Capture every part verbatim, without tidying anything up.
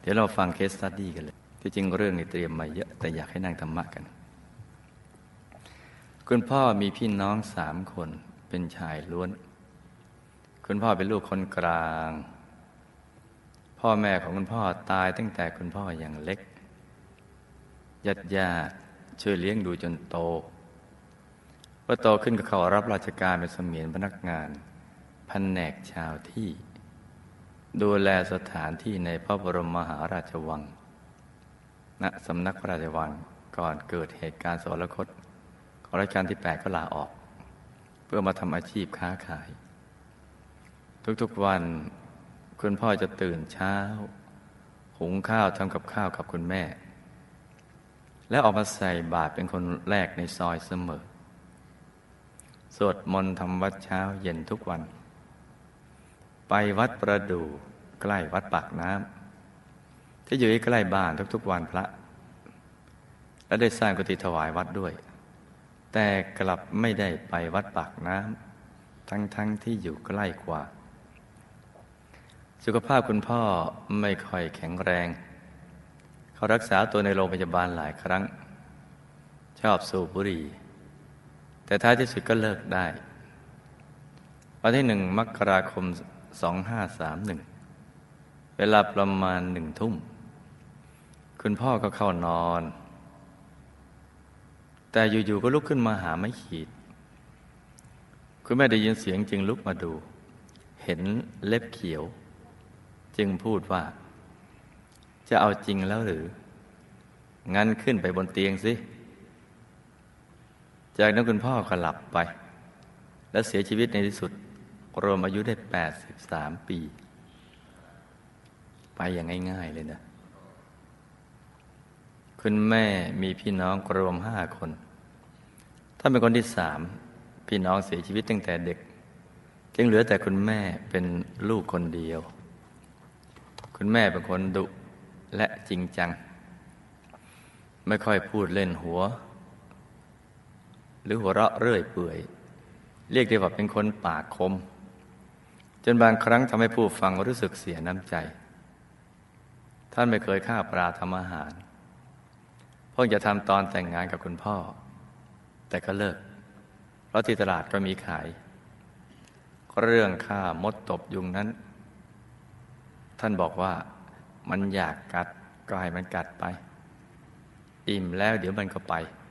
ดี๋ยวเราฟังเคสสตัดดี้กันเลยที่จริงเรื่องนี้เตรียมมาเยอะแต่อยากให้นั่งธรรมะกันคุณพ่อมีพี่น้องสามคนเป็นชายล้วนคุณพ่อเป็นลูกคนกลางพ่อแม่ของคุณพ่อตายตั้งแต่คุณพ่อยังเล็กญาติญาติช่วยเลี้ยงดูจนโตพอโตขึ้นก็เข้ารับราชการเป็นเสมียนพนักงานแผนกชาวที่ดูแลสถานที่ในพระบรมมหาราชวังณสำนักพระราชวังก่อนเกิดเหตุการณ์สวรรคตของรัชกาลที่แปดก็ลาออกเพื่อมาทำอาชีพค้าขายทุกๆวันคุณพ่อจะตื่นเช้าหุงข้าวทำกับข้าวกับคุณแม่แล้วออกมาใส่บาตรเป็นคนแรกในซอยเสมอสวดมนต์ทำวัดเช้าเย็นทุกวันไปวัดประดู่ใกล้วัดปากน้ำที่อยู่ใกล้บ้านทุกๆวันพระและได้สร้างกุฏิถวายวัดด้วยแต่กลับไม่ได้ไปวัดปากน้ำทั้งๆ ท, ที่อยู่ใกล้กว่าสุขภาพคุณพ่อไม่ค่อยแข็งแรงเขารักษาตัวในโรงพยาบาลหลายครั้งชอบสูบบุหรี่แต่ท้ายที่สุดก็เลิกได้วันที่หนึ่งมกราคมสองห้าสามหนึ่งเวลาประมาณหนึ่งทุ่มคุณพ่อก็เข้านอนแต่อยู่ๆก็ลุกขึ้นมาหาไม้ขีดคุณแม่ได้ยินเสียงจึงลุกมาดูเห็นเล็บเขียวจึงพูดว่าจะเอาจริงแล้วหรืองั้นขึ้นไปบนเตียงสิจากนั้นคุณพ่อก็หลับไปและเสียชีวิตในที่สุดรวมอายุได้แปดสิบสามปีไปอย่างง่ายๆเลยนะคุณแม่มีพี่น้องรวมห้าคนท่านเป็นคนที่สามพี่น้องเสียชีวิตตั้งแต่เด็กจึงเหลือแต่คุณแม่เป็นลูกคนเดียวคุณแม่เป็นคนดุและจริงจังไม่ค่อยพูดเล่นหัวหรือหัวเราะเรื่อยเปื่อยเรียกได้ว่าเป็นคนปากคมจนบางครั้งทำให้ผู้ฟังรู้สึกเสียน้ำใจท่านไม่เคยฆ่าปลาทำอาหารเพิ่งจะทำตอนแต่งงานกับคุณพ่อแต่ก็เลิกเพราะที่ตลาดก็มีขายเรื่องฆ่ามดตบยุงนั้นท่านบอกว่ามันอยากกัดก็ให้มันกัดไปอิ่มแล้วเดี๋ยวมันก็ไป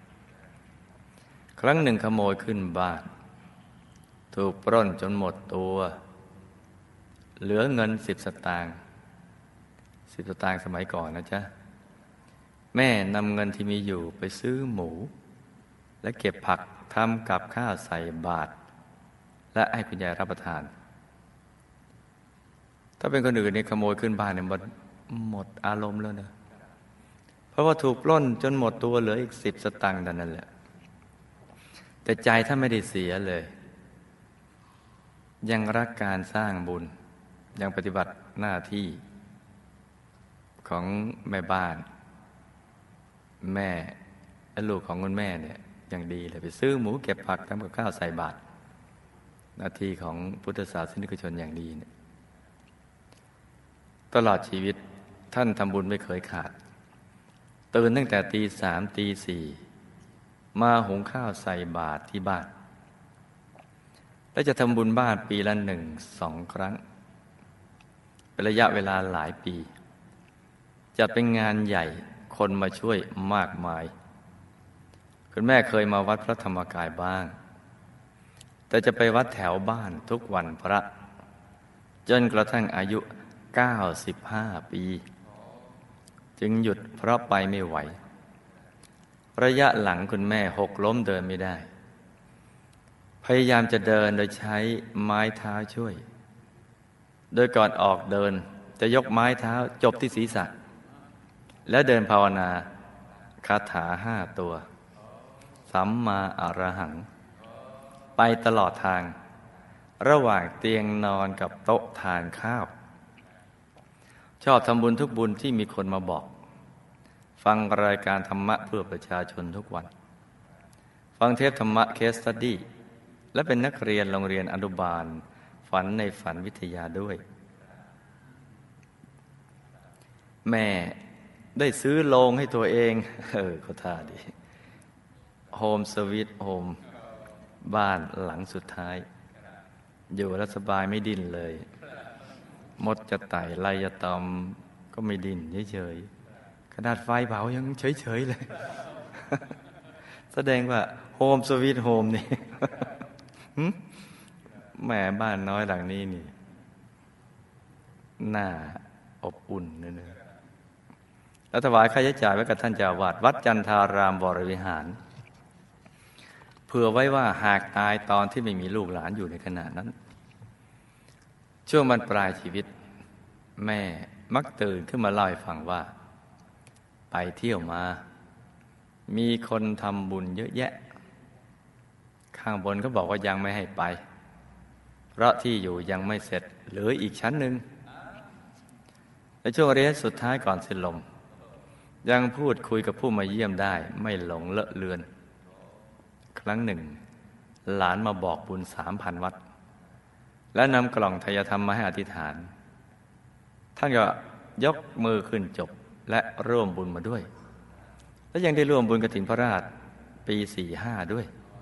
ครั้งหนึ่งขโมยขึ้นบ้านถูกปล้นจนหมดตัวเหลือเงินสิบสตางค์สิบสตางค์สมัยก่อนนะจ๊ะแม่นำเงินที่มีอยู่ไปซื้อหมูและเก็บผักทำกับข้าวใส่บาตรและให้คุณยายรับประทานถ้าเป็นคนอื่นนี่ขโมยขึ้นบ้านเนี่ยหมดหมดอารมณ์แล้วนะเพราะว่าถูกปล้นจนหมดตัวเหลืออีกสิบสตางค์เท่านั้นแหละแต่ใจท่านไม่ได้เสียเลยยังรักการสร้างบุญยังปฏิบัติหน้าที่ของแม่บ้านแม่และลูกของคุณแม่เนี่ยอย่างดีเลยไปซื้อหมูเก็บผักทำกับข้าวใส่บาตรหน้าที่ของพุทธศาสนิกชนอย่างดีเนี่ยตลอดชีวิตท่านทำบุญไม่เคยขาดตื่นตั้งแต่ตีสามตีสี่มาหุงข้าวใส่บาตรที่บ้านและจะทำบุญบ้านปีละหนึ่งสองครั้งเป็นระยะเวลาหลายปีจะเป็นงานใหญ่คนมาช่วยมากมายคุณแม่เคยมาวัดพระธรรมกายบ้างแต่จะไปวัดแถวบ้านทุกวันพระจนกระทั่งอายุเก้าสิบห้าปีจึงหยุดเพราะไปไม่ไหวระยะหลังคุณแม่หกล้มเดินไม่ได้พยายามจะเดินโดยใช้ไม้เท้าช่วยโดยก่อนออกเดินจะยกไม้เท้าจบที่ศีรษะแล้วเดินภาวนาคาถาห้าตัวสัมมาอรหังไปตลอดทางระหว่างเตียงนอนกับโต๊ะทานข้าวชอบทำบุญทุกบุญที่มีคนมาบอกฟังรายการธรรมะเพื่อประชาชนทุกวันฟังเทปธรรมะเคสสตัดดี้และเป็นนักเรียนโรงเรียนอนุบาลฝันในฝันวิทยาด้วยแม่ได้ซื้อโรงให้ตัวเองเออเขาท่าดีโฮมสวีทโฮมบ้านหลังสุดท้ายอยู่แล้วสบายไม่ดิ้นเลยมดจะไต่ไล่จะตอมก็ไม่ดิ้นเฉยๆขนาดไฟเผายังเฉยๆเลย แสดงว่าโฮมสวีทโฮมนี่ แหมบ้านน้อยหลังนี้นี่น่าอบอุ่นนะเนี่ยแล้วถวายค่าใช้จ่ายไว้กับท่านเจ้าวาดวัดจันทารามวรวิหารเผื่อไว้ว่าหากตายตอนที่ไม่มีลูกหลานอยู่ในขณะนั้นช่วงบรรปลายชีวิตแม่มักตื่นขึ้นมาเล่าให้ฟังว่าไปเที่ยวมามีคนทำบุญเยอะแยะข้างบนเขาบอกว่ายังไม่ให้ไปเพราะที่อยู่ยังไม่เสร็จเหลืออีกชั้นหนึ่งในช่วงระยะสุดท้ายก่อนสิ้นลมยังพูดคุยกับผู้มาเยี่ยมได้ไม่หลงเลอะเลือนครั้งหนึ่งหลานมาบอกบุญสามพันวัดและนำกล่องทายธรรมมาให้อธิษฐานท่านก็ยกมือขึ้นจบและร่วมบุญมาด้วยและยังได้ร่วมบุญกฐินพระราชปีสี่ห้าด้วย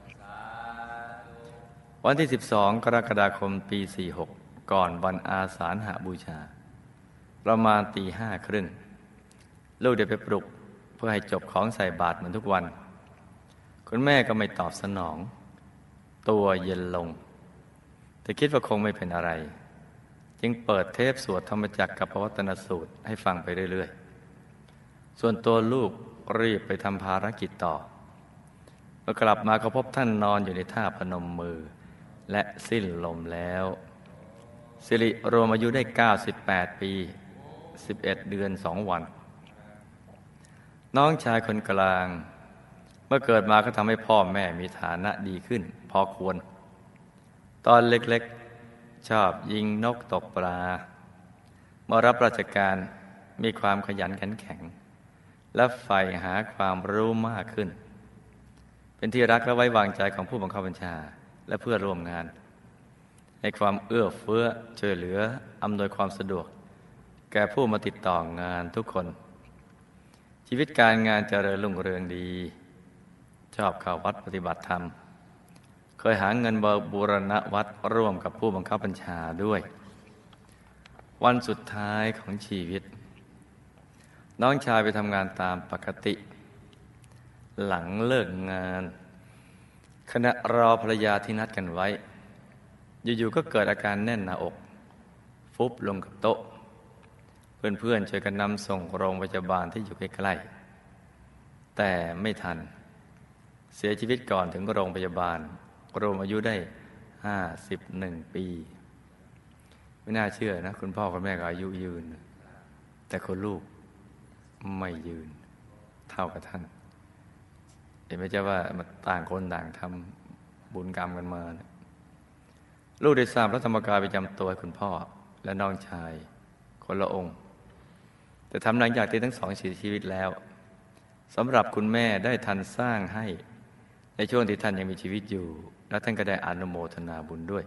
วันที่สิบสองกรกฎาคมปีสี่หกก่อนวันอาสาฬหบูชาประมาณตีห้าครึ่งลูกได้ไปปลุกเพื่อให้จบของใส่บาตรเหมือนทุกวันคุณแม่ก็ไม่ตอบสนองตัวเย็นลงแต่คิดว่าคงไม่เป็นอะไรจึงเปิดเทปสวดธรรมจักรกับปวัตตนสูตรให้ฟังไปเรื่อยๆส่วนตัวลูกรีบไปทำภารกิจต่อเมื่อกลับมาก็พบท่านนอนอยู่ในท่าพนมมือและสิ้นลมแล้วสิริรวมอายุได้เก้าสิบแปดปีสิบเอ็ดเดือนสองวันน้องชายคนกลางเมื่อเกิดมาก็ทำให้พ่อแม่มีฐานะดีขึ้นพอควรตอนเล็กๆชอบยิงนกตกปลาเมื่อรับราชการมีความขยันขันแข็งและใฝ่หาความรู้มากขึ้นเป็นที่รักและไว้วางใจของผู้บังคับบัญชาและเพื่อนร่วมงานให้ความเอื้อเฟื้อช่วยเหลืออำนวยความสะดวกแก่ผู้มาติดต่องานทุกคนชีวิตการงานเจริญรุ่งเรืองดีชอบเข้าวัดปฏิบัติธรรมเคยหาเงินบูรณะวัดร่วมกับผู้บังคับบัญชาด้วยวันสุดท้ายของชีวิตน้องชายไปทำงานตามปกติหลังเลิกงานขณะรอภรรยาที่นัดกันไว้อยู่ๆก็เกิดอาการแน่นหน้าอกฟุบลงกับโต๊ะเพื่อนๆช่วยกันนำส่งโรงพยาบาลที่อยู่ใกล้ๆแต่ไม่ทันเสียชีวิตก่อนถึงโรงพยาบาลรวมอายุได้ห้าสิบเอ็ดปีไม่น่าเชื่อนะคุณพ่อคุณแม่ก็อายุยืนแต่คนลูกไม่ยืนเท่ากับท่านเห็นไหมเจ้าว่ามันต่างคนต่างทำบุญกรรมกันมานะลูกได้สร้างพระธรรมกายประจำตัวให้คุณพ่อและน้องชายคนละองค์แต่ทำหลังจากที่ทั้งสองเสียชีวิตแล้วสำหรับคุณแม่ได้ทันสร้างให้ในช่วงที่ท่านยังมีชีวิตอยู่และท่านก็ได้อนุโมทนาบุญด้วย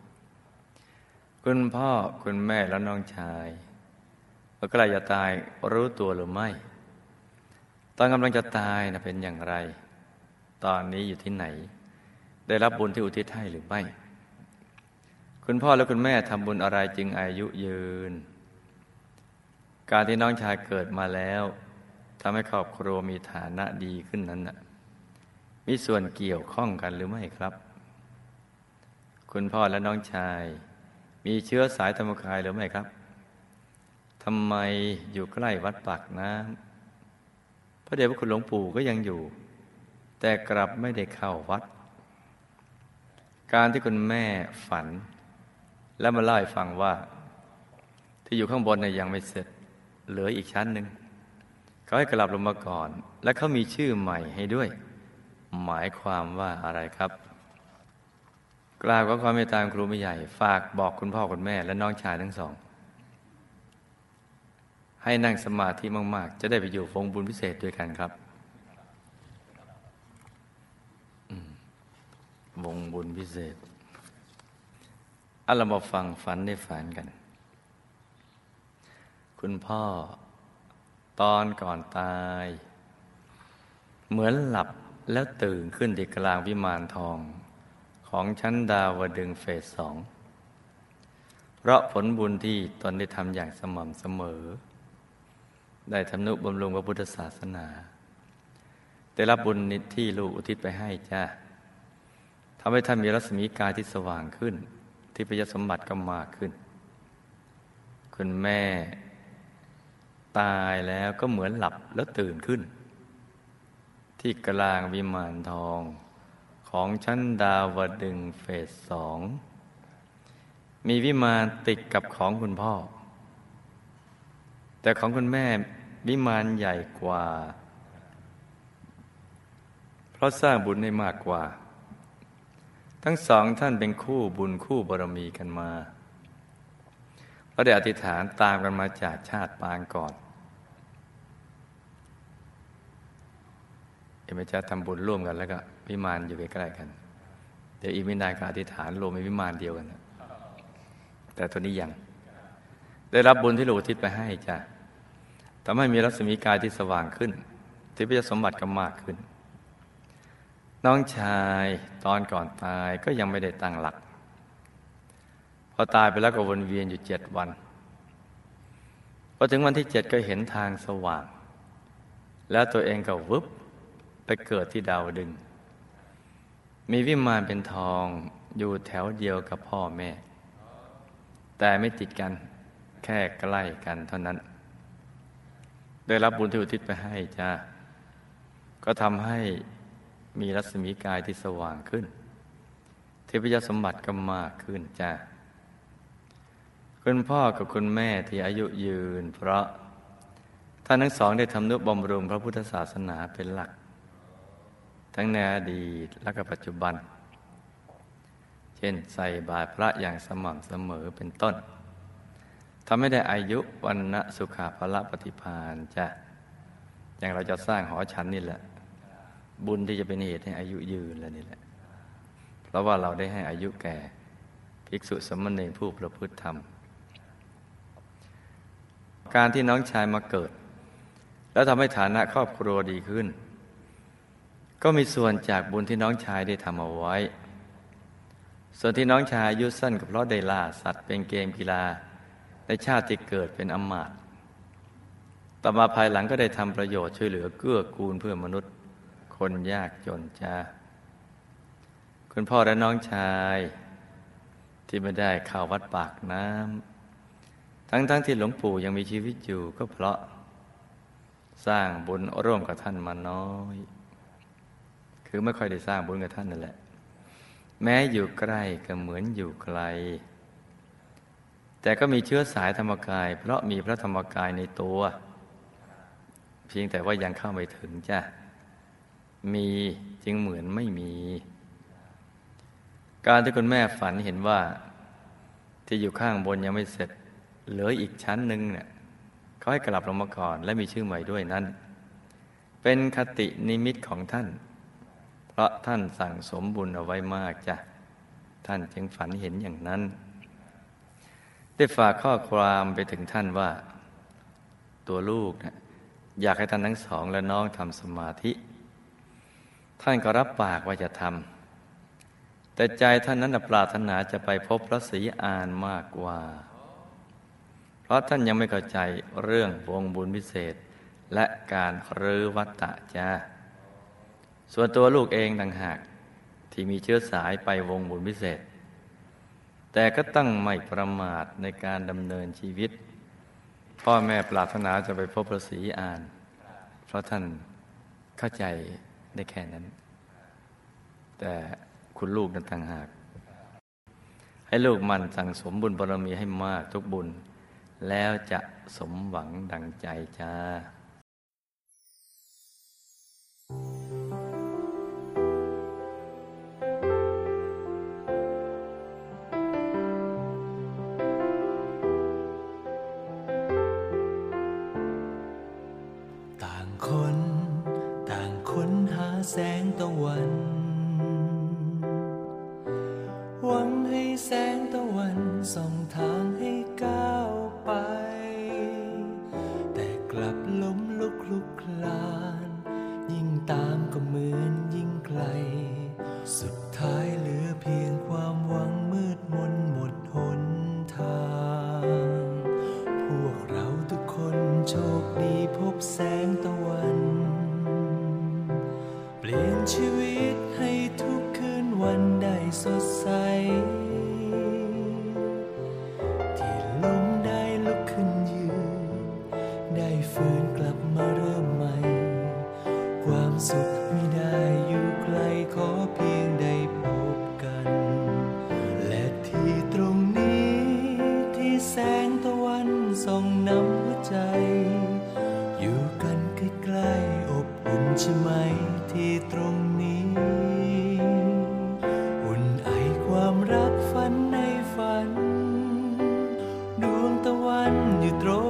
คุณพ่อคุณแม่และน้องชายเมื่อใกล้จะตายรู้ตัวหรือไม่ตอนกำลังจะตายนะเป็นอย่างไรตอนนี้อยู่ที่ไหนได้รับบุญที่อุทิศให้หรือไม่คุณพ่อและคุณแม่ทำบุญอะไรจึงอายุยืนการที่น้องชายเกิดมาแล้วทำให้ครอบครัวมีฐานะดีขึ้นนั้นนะมีส่วนเกี่ยวข้องกันหรือไม่ครับคุณพ่อและน้องชายมีเชื้อสายธรรมกายหรือไม่ครับทำไมอยู่ใกล้วัดปากน้ำพระเดชพระคุณหลวงปู่ก็ยังอยู่แต่กลับไม่ได้เข้าวัดการที่คุณแม่ฝันและมาเล่าให้ฟังว่าที่อยู่ข้างบนเนี่ยยังไม่เสร็จเหลืออีกชั้นหนึ่งเขาให้กลับลงมาก่อนและเขามีชื่อใหม่ให้ด้วยหมายความว่าอะไรครับกราบขอความเมตตาครูไม่ใหญ่ฝากบอกคุณพ่อคุณแม่และน้องชายทั้งสองให้นั่งสมาธิมากๆจะได้ไปอยู่วงบุญพิเศษด้วยกันครับวงบุญพิเศษเอาเรามาฟังฝันในฝันกันคุณพ่อตอนก่อนตาย เหมือนหลับแล้วตื่นขึ้นที่กลางวิมานทองของชั้นดาวดึงส์เฟสสองเพราะผลบุญที่ตนได้ทำอย่างสม่ำเสมอได้ทำนุบำรุงพระพุทธศาสนาได้รับบุญนิที่ลูกอุทิศไปให้จ้าทำให้ท่านมีรัศมีกายที่สว่างขึ้นที่พยสมบัติก็มากขึ้นคุณแม่ตายแล้วก็เหมือนหลับแล้วตื่นขึ้นที่กลางวิมานทองของชั้นดาวดึงส์เฟสสองมีวิมานติดกับของคุณพ่อแต่ของคุณแม่วิมานใหญ่กว่าเพราะสร้างบุญได้มากกว่าทั้งสองท่านเป็นคู่บุญคู่บารมีกันมาเพราะได้อธิษฐานตามกันมาจากชาติปางก่อนเอ็มจะทำบุญร่วมกันแล้วก็วิมานอยู่ใกล้ๆกันเดี๋ยวอีกไม่นานก็อธิษฐานรวมเป็นวิมานเดียวกันนะแต่ตัวนี้ยังได้รับบุญที่หลวงอุทิศไปให้จ้ะทำให้มีรัศมีกายที่สว่างขึ้นที่พระสมบัติก็มากขึ้นน้องชายตอนก่อนตายก็ยังไม่ได้ตั้งหลักพอตายไปแล้วก็วนเวียนอยู่เจ็ดวันพอถึงวันที่เจ็ดก็เห็นทางสว่างแล้วตัวเองก็วึบไปเกิดที่ดาวดึงส์มีวิมานเป็นทองอยู่แถวเดียวกับพ่อแม่แต่ไม่ติดกันแค่ใกล้กันเท่านั้นได้รับบุญที่อุทิศไปให้จ้าก็ทำให้มีรัศมีกายที่สว่างขึ้นเทพยสมบัติก็มากขึ้นจ้าคุณพ่อกับคุณแม่ที่อายุยืนเพราะท่านทั้งสองได้ทำนุบำรุงพระพุทธศาสนาเป็นหลักทั้งในอดีตและก็ปัจจุบันเช่นใส่บาตรพระอย่างสม่ำเสมอเป็นต้นทำให้ได้อายุวันนะสุขภละปฏิภาณจ้ะอย่างเราจะสร้างหอฉันนี่แหละบุญที่จะเป็นเหตุให้อายุยืนแล้วนี่แหละเพราะว่าเราได้ให้อายุแก่ภิกษุสามเณรผู้ประพฤติธรรมการที่น้องชายมาเกิดแล้วทำให้ฐานะครอบครัวดีขึ้นก็มีส่วนจากบุญที่น้องชายได้ทำเอาไว้ส่วนที่น้องชายอายุสั้นก็เพราะได้ล่าสัตว์เป็นเกมกีฬาในชาติที่เกิดเป็นอมาตย์ต่อมาภายหลังก็ได้ทำประโยชน์ช่วยเหลือเกื้อกูลเพื่อมนุษย์คนยากจนจ้าคุณพ่อและน้องชายที่ไม่ได้เข้าวัดปากน้ำทั้งๆ ท, ที่หลวงปู่ยังมีชีวิตอยู่ก็เพราะสร้างบุญร่วมกับท่านมาน้อยคือไม่ค่อยได้สร้างบุญกับท่านนั่นแหละแม้อยู่ใกล้ก็เหมือนอยู่ไกลแต่ก็มีเชื้อสายธรรมกายเพราะมีพระธรรมกายในตัวเพียงแต่ว่ายังเข้าไม่ถึงจ้ะมีจึงเหมือนไม่มีการที่คุณแม่ฝันเห็นว่าที่อยู่ข้างบนยังไม่เสร็จเหลืออีกชั้นหนึ่งเนี่ยเขาให้กลับลงมาก่อนและมีชื่อใหม่ด้วยนั้นเป็นคตินิมิตของท่านเพราะท่านสั่งสมบุญเอาไว้มากจ้ะท่านจึงฝันเห็นอย่างนั้นได้ฝากข้อความไปถึงท่านว่าตัวลูกนะอยากให้ท่านทั้งสองและน้องทำสมาธิท่านก็รับปากว่าจะทำแต่ใจท่านนั้นปรารถนาจะไปพบพระศรีอานมากกว่าเพราะท่านยังไม่เข้าใจเรื่องวงบุญพิเศษและการรื้อวัฏฏะจ้าส่วนตัวลูกเองต่างหากที่มีเชื้อสายไปวงบุญพิเศษแต่ก็ต้องไม่ประมาทในการดำเนินชีวิตพ่อแม่ปรารถนาจะไปพบพระศรีอานเพราะท่านเข้าใจได้แค่นั้นแต่คุณลูกนั้นต่างหากให้ลูกมันสั่งสมบุญบารมีให้มากทุกบุญแล้วจะสมหวังดังใจจ้าต่างคนต่างค้นหาแสงตะวันหวังให้แสงตะวันส่องทางให้ก้าวไปแต่กลับล้มวันเปลี่ยนชีวิตให้ทุกคืนวันได้สดใสที่ล้มได้ลุกขึ้นยืนได้ฟื้นกลับมาเริ่มใหม่ความสุขไม่ได้อยู่ไกลขอเพียงได้พบกันและที่ตรงนี้ที่แสงตะวันส่องนำหัวใจอยู่กันใกล้ๆอบอุ่นใช่ไหมที่ตรงนี้อุ่นไอความรักฝันในฝันดวงตะวันอยู่ตรง